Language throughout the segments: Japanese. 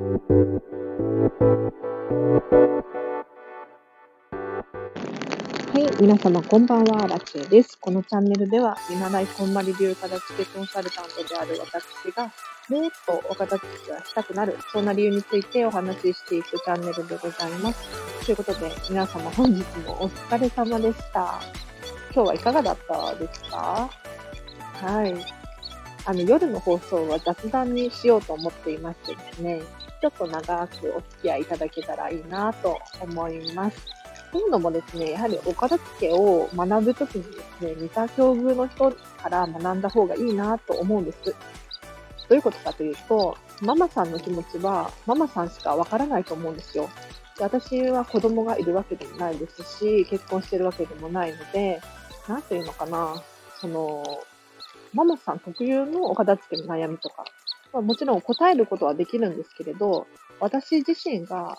はい、皆様こんばんは、ラチェです。このチャンネルでは、見習いこんまり流片付けコンサルタントである私が、もっとお片付けがしたくなる、そんな理由についてお話ししていくチャンネルでございます。ということで、皆様本日もお疲れ様でした。今日はいかがだったですか？はい。夜の放送は雑談にしようと思っていましてですね、ちょっと長くお付き合いいただけたらいいなと思います。というのもですね、やはりお片付けを学ぶときにですね、似た境遇の人から学んだ方がいいなと思うんです。どういうことかというと、ママさんの気持ちはママさんしかわからないと思うんですよ。で、私は子供がいるわけでもないですし、結婚してるわけでもないので、なんていうのかな、その、ママさん特有のお片付けの悩みとか、もちろん答えることはできるんですけれど、私自身が、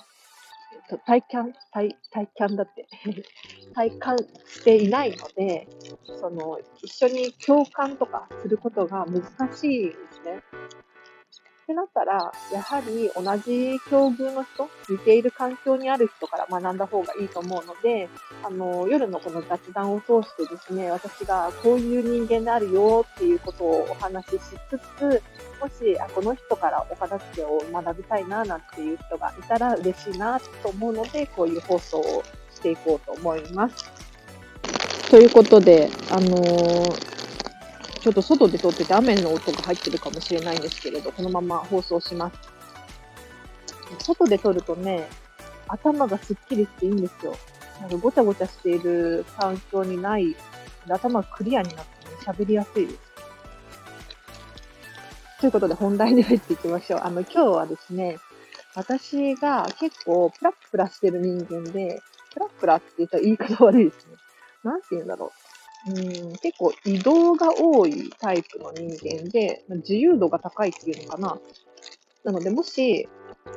体感だって、体感していないので、一緒に共感とかすることが難しいんですね。ってなったら、やはり同じ境遇の人、似ている環境にある人から学んだ方がいいと思うので、夜のこの雑談を通してですね、私がこういう人間であるよっていうことをお話ししつつ、もし、この人からお片付けを学びたいななんていう人がいたら嬉しいなと思うので、こういう放送をしていこうと思います。ということで、ちょっと外で撮ってて雨の音が入ってるかもしれないんですけれど、このまま放送します。外で撮るとね、頭がすっきりしていいんですよ。なんかごちゃごちゃしている環境にない、頭がクリアになってね、喋りやすいです。ということで本題に入っていきましょう。今日はですね、私が結構プラップラしてる人間で、プラップラって言ったら言い方悪いですね。なんて言うんだろう。結構移動が多いタイプの人間で、自由度が高いっていうのかな。なので、もし、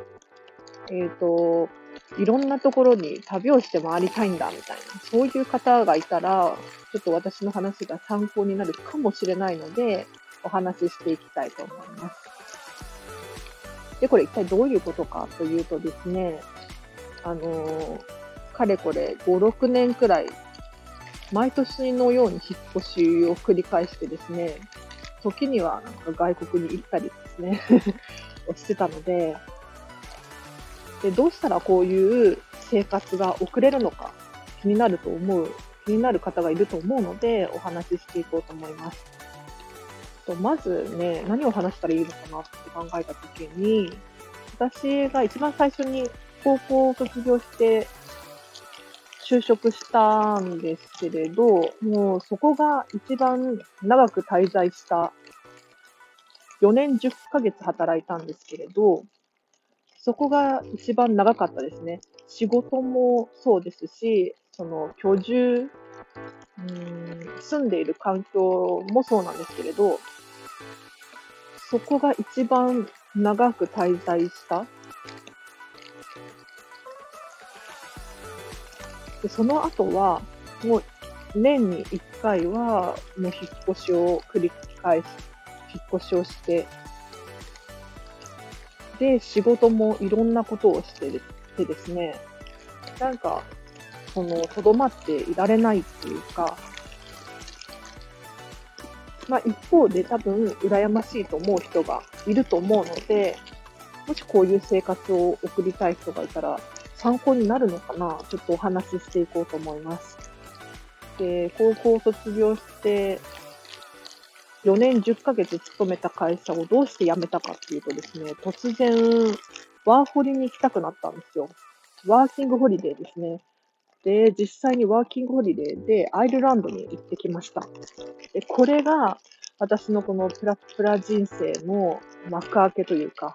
いろんなところに旅をして回りたいんだみたいな、そういう方がいたら、ちょっと私の話が参考になるかもしれないので、お話ししていきたいと思います。で、これ一体どういうことかというとですね、あの、かれこれ5、6年くらい、毎年のように引っ越しを繰り返してですね、時にはなんか外国に行ったりですね、をしてたので、どうしたらこういう生活が送れるのか気になる方がいると思うので、お話ししていこうと思います。まずね、何を話したらいいのかなって考えたときに、私が一番最初に高校を卒業して就職したんですけれど、もうそこが一番長く滞在した4年10ヶ月働いたんですけれど、そこが一番長かったですね。仕事もそうですし、その居住、住んでいる環境もそうなんですけれど、そこが一番長く滞在した。で、その後は、もう年に1回は、もう引っ越しを繰り返し、引っ越しをして、で、仕事もいろんなことをしててですね、なんか、とどまっていられないっていうか、一方で多分羨ましいと思う人がいると思うので、もしこういう生活を送りたい人がいたら参考になるのかな、ちょっとお話ししていこうと思います。で、高校を卒業して4年10ヶ月勤めた会社をどうして辞めたかっていうとですね、突然ワーホリに行きたくなったんですよ。ワーキングホリデーですね。で、実際にワーキングホリデーでアイルランドに行ってきました。で、これが私のこのプラプラ人生の幕開けというか、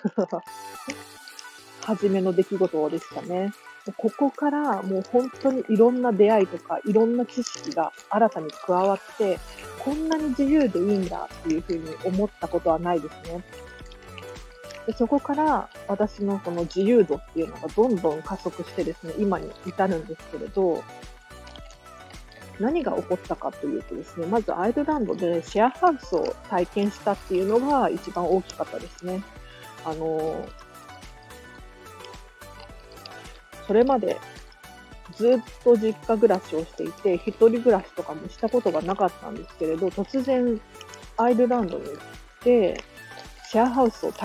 初めの出来事でしたね。ここからもう本当にいろんな出会いとか、いろんな知識が新たに加わって、こんなに自由でいいんだっていうふうに思ったことはないですね。で、そこから私のその自由度っていうのがどんどん加速してですね、今に至るんですけれど、何が起こったかというとですね、まずアイルランドでシェアハウスを体験したっていうのが一番大きかったですね。あの、 それまでずっと実家暮らしをしていて、一人暮らしとかもしたことがなかったんですけれど、突然アイルランドに行って、シェアハウスを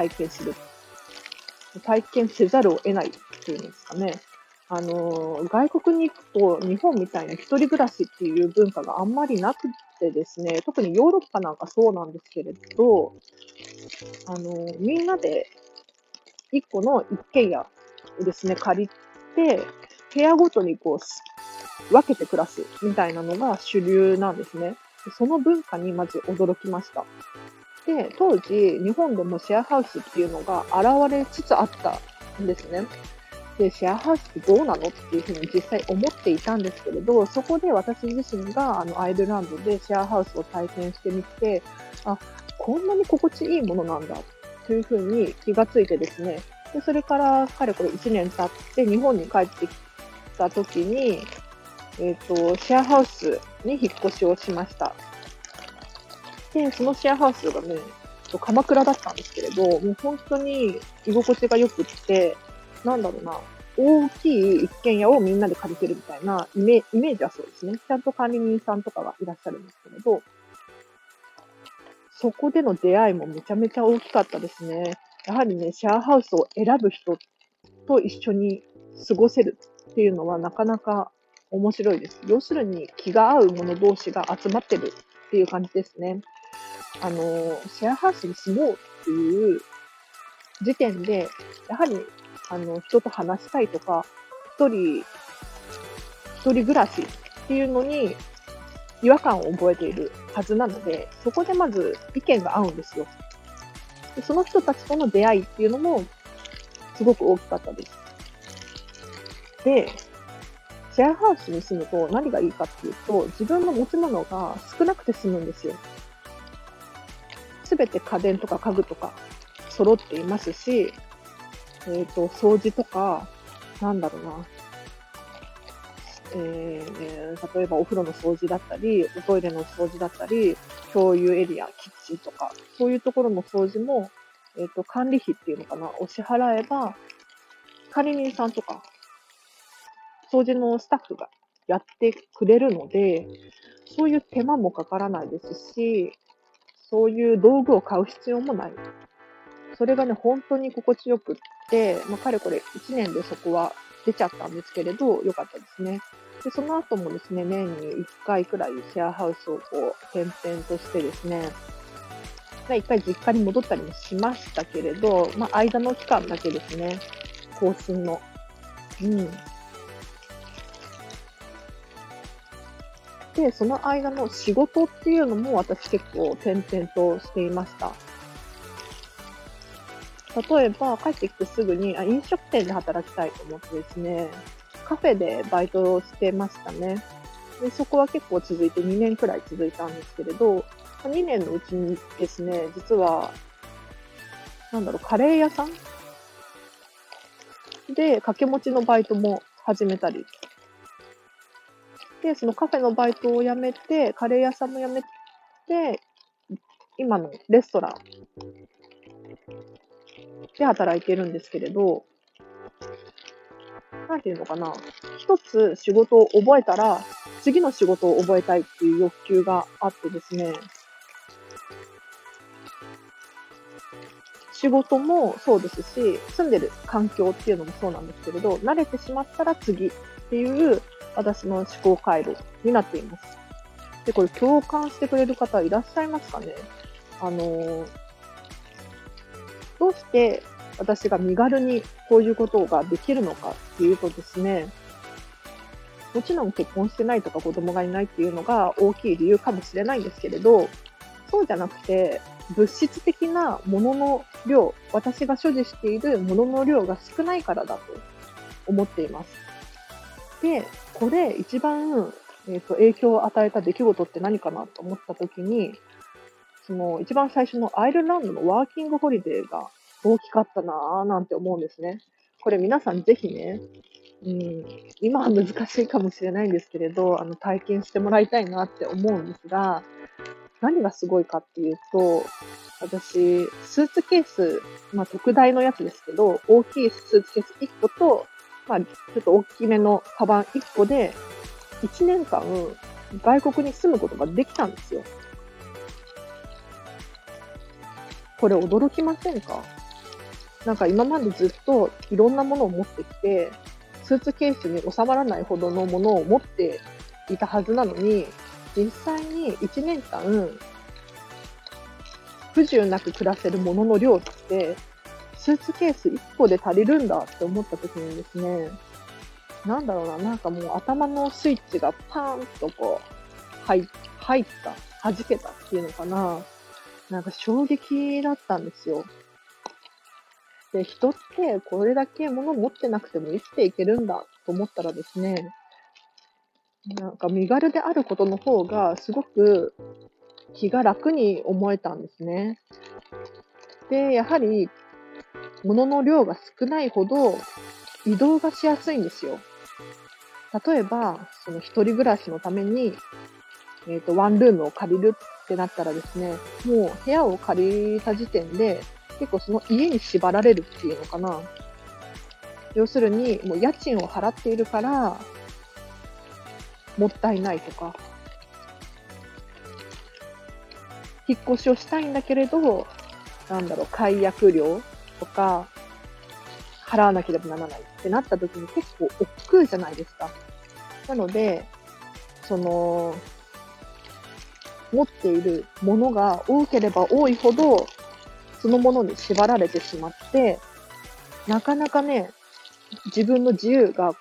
体験せざるを得ないっていうんですかね。外国に行くと、日本みたいな一人暮らしっていう文化があんまりなくてですね、特にヨーロッパなんかそうなんですけれど、みんなで一個の一軒家をですね、借りて、部屋ごとにこう、分けて暮らすみたいなのが主流なんですね。その文化にまず驚きました。で、当時、日本でもシェアハウスっていうのが現れつつあったんですね。で、シェアハウスってどうなのっていうふうに実際思っていたんですけれど、そこで私自身がアイルランドでシェアハウスを体験してみて、あ、こんなに心地いいものなんだというふうに気がついてですね、でそれからかれこれ1年経って日本に帰ってきた時に、シェアハウスに引っ越しをしました。で、そのシェアハウスがね、鎌倉だったんですけれど、もう本当に居心地が良くって、なんだろうな、大きい一軒家をみんなで借りてるみたいなイメージはそうですね。ちゃんと管理人さんとかがいらっしゃるんですけれど、そこでの出会いもめちゃめちゃ大きかったですね。やはりね、シェアハウスを選ぶ人と一緒に過ごせるっていうのはなかなか面白いです。要するに気が合う者同士が集まってるっていう感じですね。シェアハウスに住もうっていう時点で、やはり、人と話したいとか、一人、一人暮らしっていうのに違和感を覚えているはずなので、そこでまず意見が合うんですよ。でその人たちとの出会いっていうのもすごく大きかったです。で、シェアハウスに住むと何がいいかっていうと、自分の持ち物が少なくて済むんですよ。すべて家電とか家具とか揃っていますし、掃除とか、なんだろうな、例えばお風呂の掃除だったり、おトイレの掃除だったり、共有エリア、キッチンとか、そういうところの掃除も、管理費っていうのかな、を支払えば、管理人さんとか、掃除のスタッフがやってくれるので、そういう手間もかからないですし、そういう道具を買う必要もない。それがね、本当に心地よくって、かれこれ1年でそこは出ちゃったんですけれど、良かったですね。で、その後もですね、年に1回くらいシェアハウスをこう、転々としてですね、1回実家に戻ったりもしましたけれど、間の期間だけですね、更新の。うん。で、その間の仕事っていうのも私結構転々としていました。例えば、帰ってきてすぐに、飲食店で働きたいと思ってですね、カフェでバイトをしてましたね。で、そこは結構続いて2年くらい続いたんですけれど、2年のうちにですね、実は、カレー屋さんで掛け持ちのバイトも始めたり、で、そのカフェのバイトを辞めて、カレー屋さんも辞めて、今のレストランで働いてるんですけれど、なんていうのかな、一つ仕事を覚えたら、次の仕事を覚えたいっていう欲求があってですね、仕事もそうですし、住んでる環境っていうのもそうなんですけれど、慣れてしまったら次っていう私の思考回路になっています。で、これ共感してくれる方いらっしゃいますかね。あの、どうして私が身軽にこういうことができるのかっていうとですね、もちろん結婚してないとか子供がいないっていうのが大きい理由かもしれないんですけれど、そうじゃなくて、物質的なものの量、私が所持しているものの量が少ないからだと思っています。で、これ一番、影響を与えた出来事って何かなと思った時に、その一番最初のアイルランドのワーキングホリデーが大きかったなぁなんて思うんですね。これ皆さんぜひね、うん、今は難しいかもしれないんですけれど、体験してもらいたいなって思うんですが、何がすごいかっていうと、私、スーツケース、特大のやつですけど、大きいスーツケース1個と、 まあ、ちょっと大きめのカバン1個で、1年間、外国に住むことができたんですよ。これ驚きませんか？なんか今までずっといろんなものを持ってきて、スーツケースに収まらないほどのものを持っていたはずなのに、実際に1年間、不自由なく暮らせるものの量って、スーツケース1個で足りるんだって思った時にですね、なんだろうな、なんかもう頭のスイッチがパーンとこう、入った、弾けたっていうのかな。なんか衝撃だったんですよ。で、人ってこれだけ物持ってなくても生きていけるんだと思ったらですね、なんか身軽であることの方がすごく気が楽に思えたんですね。で、やはり物の量が少ないほど移動がしやすいんですよ。例えば、その一人暮らしのために、ワンルームを借りるってなったらですね、もう部屋を借りた時点で、結構その家に縛られるっていうのかな。要するに、もう家賃を払っているから、もったいないとか、引っ越しをしたいんだけれど、解約料とか、払わなければならないってなった時に結構億劫じゃないですか。なので、その、持っているものが多ければ多いほど、そのものに縛られてしまって、なかなかね、自分の自由が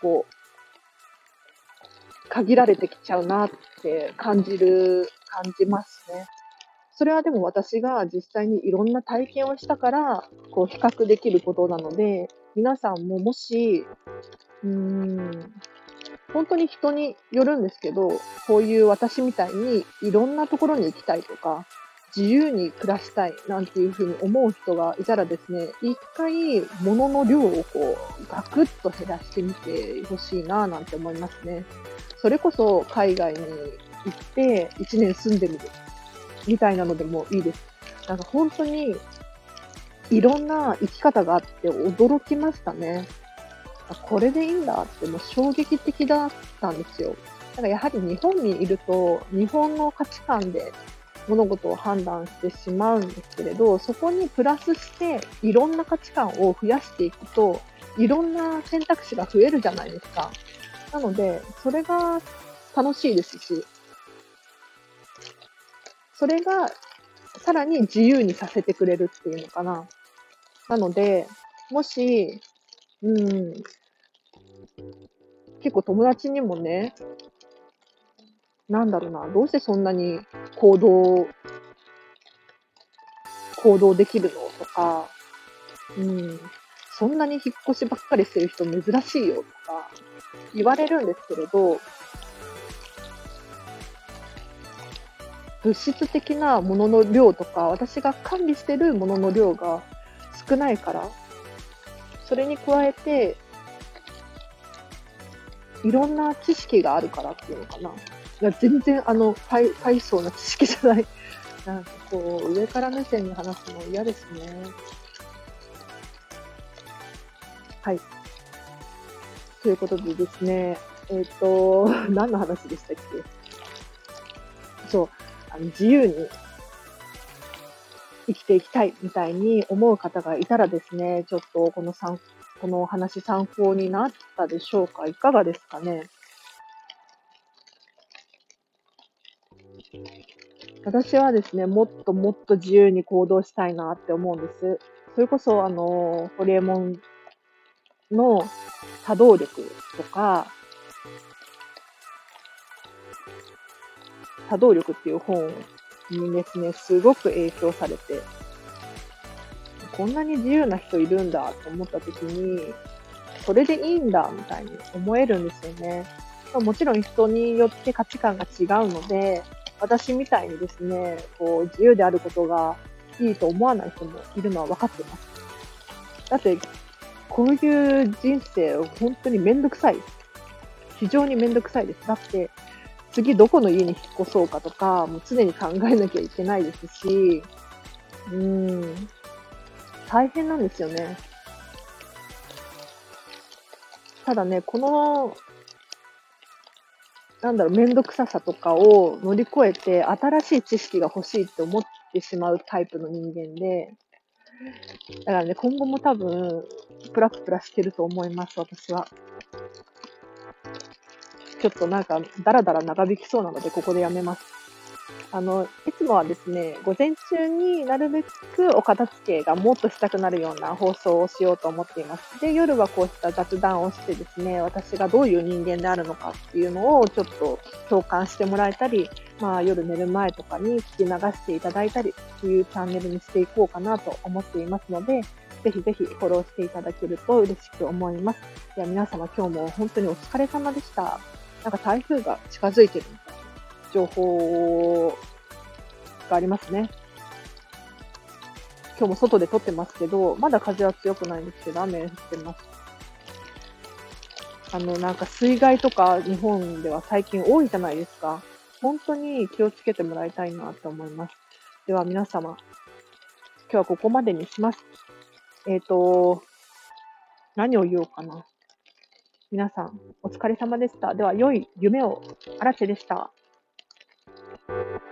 限られてきちゃうなって感じますね。それはでも私が実際にいろんな体験をしたから、比較できることなので、皆さんももし、うーん、本当に人によるんですけど、こういう私みたいにいろんなところに行きたいとか、自由に暮らしたいなんていうふうに思う人がいたらですね、一回物の量をガクッと減らしてみてほしいななんて思いますね。それこそ海外に行って1年住んでみるみたいなのでもいいです。なんか本当にいろんな生き方があって驚きましたね。これでいいんだってもう衝撃的だったんですよ。だからやはり日本にいると、日本の価値観で物事を判断してしまうんですけれど、そこにプラスしていろんな価値観を増やしていくと、いろんな選択肢が増えるじゃないですか。なので、それが楽しいですし、それがさらに自由にさせてくれるっていうのかな。なので、もし、うん、結構友達にもね、どうしてそんなに行動行動できるのとか、うん、そんなに引っ越しばっかりしてる人珍しいよとか言われるんですけれど、物質的なものの量とか、私が管理してるものの量が少ないから、それに加えて、いろんな知識があるからっていうのかな。いや全然大層な知識じゃない。なんか上から目線に話すの嫌ですね。はい。ということでですね、何の話でしたっけ？そう、自由に生きていきたいみたいに思う方がいたらですね、ちょっとこのお話参考になったでしょうか？いかがですかね？私はですね、もっともっと自由に行動したいなって思うんです。それこそホリエモンの多動力とか、多動力っていう本にですね、すごく影響されて、こんなに自由な人いるんだと思った時に、それでいいんだみたいに思えるんですよね。もちろん人によって価値観が違うので、私みたいにですね、自由であることがいいと思わない人もいるのは分かってます。だって、こういう人生、本当にめんどくさい。非常にめんどくさいです。だって、次どこの家に引っ越そうかとか、もう常に考えなきゃいけないですし、大変なんですよね。 ただね、この、めんどくささとかを乗り越えて、新しい知識が欲しいって思ってしまうタイプの人間で、だからね、今後も多分、プラプラしてると思います、私は。ちょっとだらだら長引きそうなので、ここでやめます。いつもはですね、午前中になるべくお片付けがもっとしたくなるような放送をしようと思っています。で、夜はこうした雑談をしてですね、私がどういう人間であるのかっていうのをちょっと共感してもらえたり、夜寝る前とかに聞き流していただいたりっていうチャンネルにしていこうかなと思っていますので、ぜひぜひフォローしていただけると嬉しく思います。では皆様今日も本当にお疲れ様でした。台風が近づいてるみたいな情報がありますね。今日も外で撮ってますけど、まだ風は強くないんですけど、雨降ってます。水害とか日本では最近多いじゃないですか。本当に気をつけてもらいたいなと思います。では皆様、今日はここまでにします。何を言おうかな。皆さん、お疲れ様でした。では、良い夢を。あらでした。